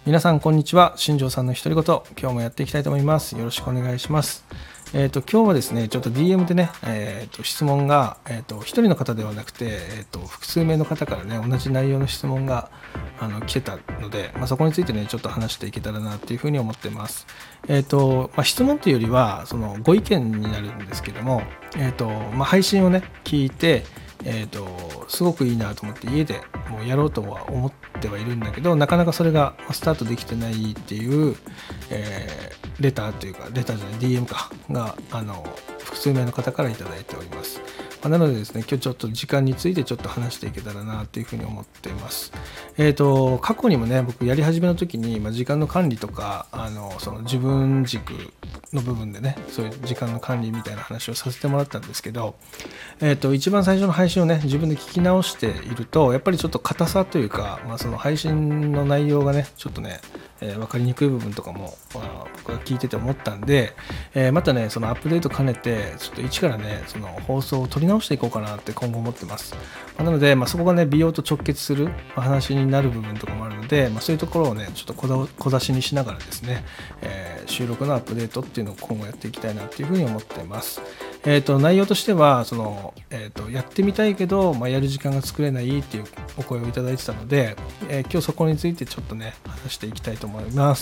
皆さんこんにちは。新庄さんの独り言、今日もやっていきたいと思います。よろしくお願いします。今日はですね、ちょっと DM でね、質問が、一人の方ではなくて、複数名の方からね、同じ内容の質問が来てたので、そこについてね、ちょっと話していけたらなっていうふうに思ってます。質問というよりは、そのご意見になるんですけども、配信をね、聞いて、すごくいいなと思って家でもうやろうとは思ってはいるんだけど、なかなかそれがスタートできてないっていう、レターじゃない DM かが複数名の方からいただいております。なのでですね、今日ちょっと時間についてちょっと話していけたらなというふうに思っています。過去にもね、僕やり始めの時に、時間の管理とかその自分軸の部分でね、そういう時間の管理みたいな話をさせてもらったんですけど、一番最初の配信をね、自分で聞き直していると、やっぱりちょっと硬さというか、その配信の内容がね、ちょっとね、分かりにくい部分とかも、僕が聞いてて思ったんで、またね、そのアップデート兼ねて、ちょっと一からね、その放送を取り直していこうかなって今後思ってます。なので、そこがね、美容と直結する話になる部分とかもあるので、そういうところをね、ちょっと小出しにしながらですね、収録のアップデートっていうのを今後やっていきたいなっていうふうに思っています。内容としてはその、やってみたいけど、やる時間が作れないっていうお声をいただいてたので、今日そこについてちょっとね話していきたいと思います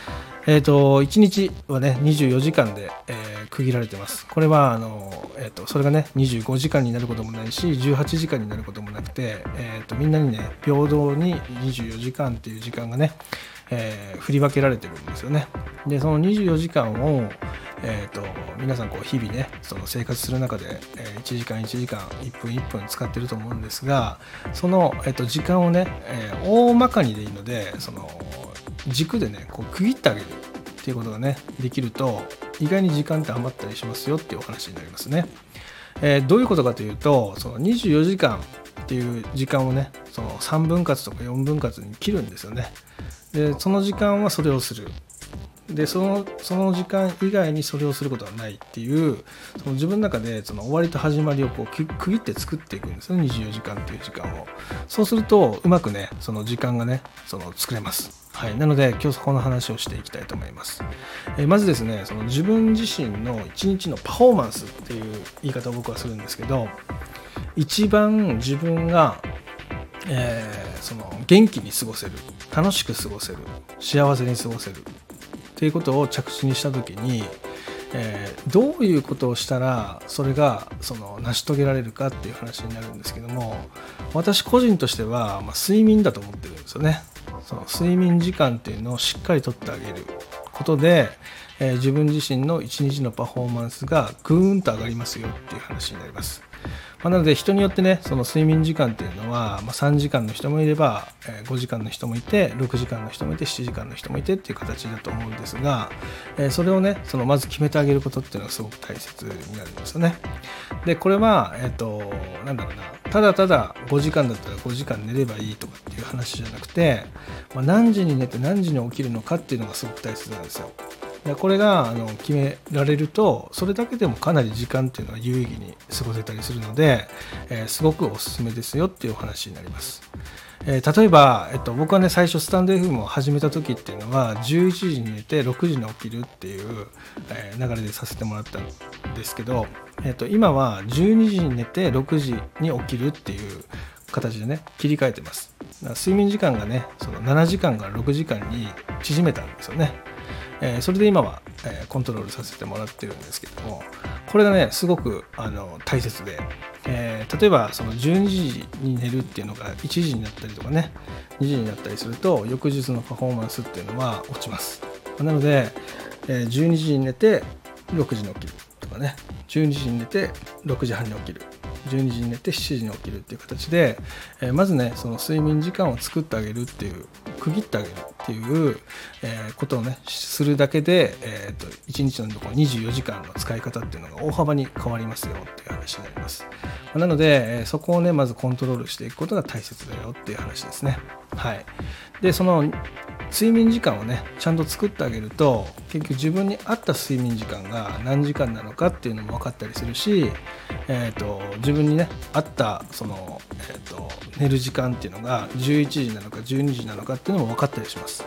。1日はね24時間で、区切られてます。これはそれがね25時間になることもないし18時間になることもなくて、みんなにね平等に24時間っていう時間がね、振り分けられてるんですよね。でその24時間を皆さん日々ねその生活する中で、1時間1時間1分1分使ってると思うんですが、その、時間をね、大まかにでいいのでその軸でね区切ってあげるっていうことがねできると意外に時間って余ったりしますよっていうお話になりますね。どういうことかというと、その24時間っていう時間をねその3分割とか4分割に切るんですよね。でその時間はそれをする。でその時間以外にそれをすることはないっていう、その自分の中でその終わりと始まりを区切って作っていくんですよね、24時間っていう時間を。そうするとうまくねその時間がね作れます。はい、なので今日そこの話をしていきたいと思います。まずですね、その自分自身の一日のパフォーマンスっていう言い方を僕はするんですけど、一番自分がその元気に過ごせる、楽しく過ごせる、幸せに過ごせるっていうことを着地にした時に、どういうことをしたらそれが成し遂げられるかっていう話になるんですけども、私個人としては、睡眠だと思ってるんですよね。その睡眠時間っていうのをしっかりとってあげることで、自分自身の一日のパフォーマンスがぐーんと上がりますよっていう話になります。なので人によってねその睡眠時間っていうのは、3時間の人もいれば5時間の人もいて6時間の人もいて7時間の人もいてっていう形だと思うんですが、それをねまず決めてあげることっていうのがすごく大切になるんですよね。でこれはただただ5時間だったら5時間寝ればいいとかっていう話じゃなくて、何時に寝て何時に起きるのかっていうのがすごく大切なんですよ。これが決められるとそれだけでもかなり時間っていうのは有意義に過ごせたりするので、すごくおすすめですよっていうお話になります。例えば、僕はね最初スタンド FM を始めた時っていうのは11時に寝て6時に起きるっていう、流れでさせてもらったんですけど、今は12時に寝て6時に起きるっていう形でね切り替えてます。睡眠時間がねその7時間から6時間に縮めたんですよね。それで今は、コントロールさせてもらってるんですけども、これがねすごく大切で、例えばその12時に寝るっていうのが1時になったりとかね2時になったりすると翌日のパフォーマンスっていうのは落ちます。なので、12時に寝て6時に起きるとかね、12時に寝て6時半に起きる、12時に寝て7時に起きるっていう形で、まずねその睡眠時間を作ってあげるっていう、区切ってあげるっていう、ことをねするだけで、1日の24時間の使い方っていうのが大幅に変わりますよっていう話になります。なので、そこをねまずコントロールしていくことが大切だよっていう話ですね。はい。でその睡眠時間をねちゃんと作ってあげると、結局自分に合った睡眠時間が何時間なのかっていうのも分かったりするし、自分にね合った寝る時間っていうのが11時なのか12時なのかっていうのも分かったりします。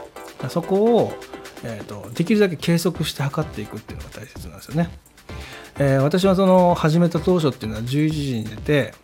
そこを、できるだけ計測して測っていくっていうのが大切なんですよね。私はその始めた当初っていうのは11時に寝て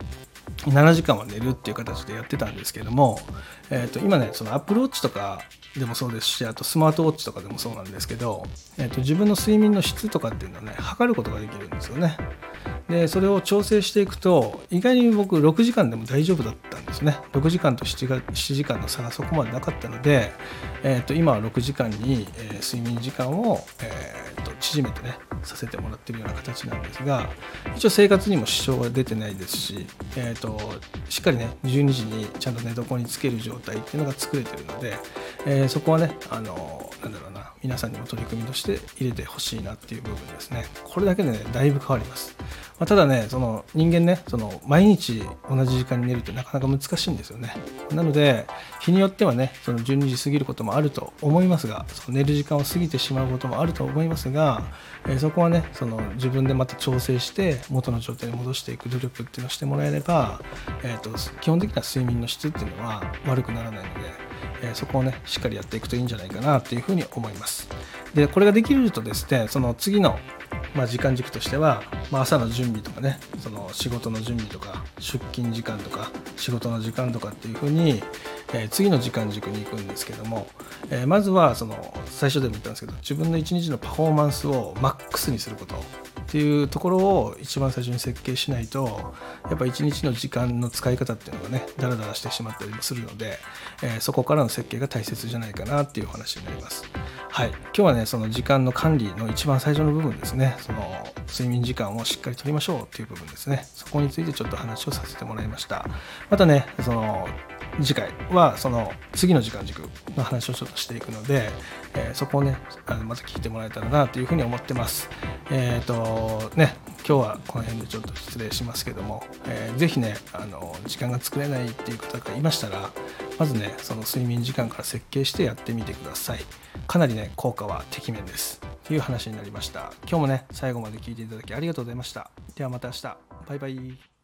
7時間は寝るっていう形でやってたんですけども、今ねその Apple Watch とかでもそうですし、あとスマートウォッチとかでもそうなんですけど、自分の睡眠の質とかっていうのをね測ることができるんですよね。でそれを調整していくと意外に僕6時間でも大丈夫だったんですね。6時間と7時間の差がそこまでなかったので、今は6時間に、睡眠時間を、縮めてねさせてもらっているような形なんですが、一応生活にも支障は出てないですし、しっかりね12時にちゃんと寝床につける状態っていうのが作れているので、そこはねなんだろうな、皆さんにも取り組みとして入れてほしいなっていう部分ですね。これだけでねだいぶ変わります。ただねその人間ねその毎日同じ時間に寝るってなかなか難しいんですよね。なので日によってはねその12時過ぎることもあると思いますが、その寝る時間を過ぎてしまうこともあると思いますが、そこはねその自分でまた調整して元の状態に戻していく努力っていうのをしてもらえれば、基本的な睡眠の質っていうのは悪くならないので、そこをねしっかりやっていくといいんじゃないかなっていうふうに思います。でこれができるとですね、その次の時間軸としては、朝の準備とかね、その仕事の準備とか出勤時間とか仕事の時間とかっていう風に、次の時間軸に行くんですけども、まずはその最初でも言ったんですけど、自分の一日のパフォーマンスをマックスにすることっていうところを一番最初に設計しないと、やっぱ一日の時間の使い方っていうのがねダラダラしてしまったりもするので、そこからの設計が大切じゃないかなっていうお話になります。はい、今日はねその時間の管理の一番最初の部分ですね、その睡眠時間をしっかりとりましょうっていう部分ですね。そこについてちょっと話をさせてもらいました。またねその次回はその次の時間軸の話をちょっとしていくので、そこをねまた聞いてもらえたらなというふうに思ってます。今日はこの辺でちょっと失礼しますけども、ぜひね時間が作れないっていう方がいましたら、まずねその睡眠時間から設計してやってみてください。かなりね効果はてきめんですという話になりました。今日もね最後まで聞いていただきありがとうございました。ではまた明日。バイバイ。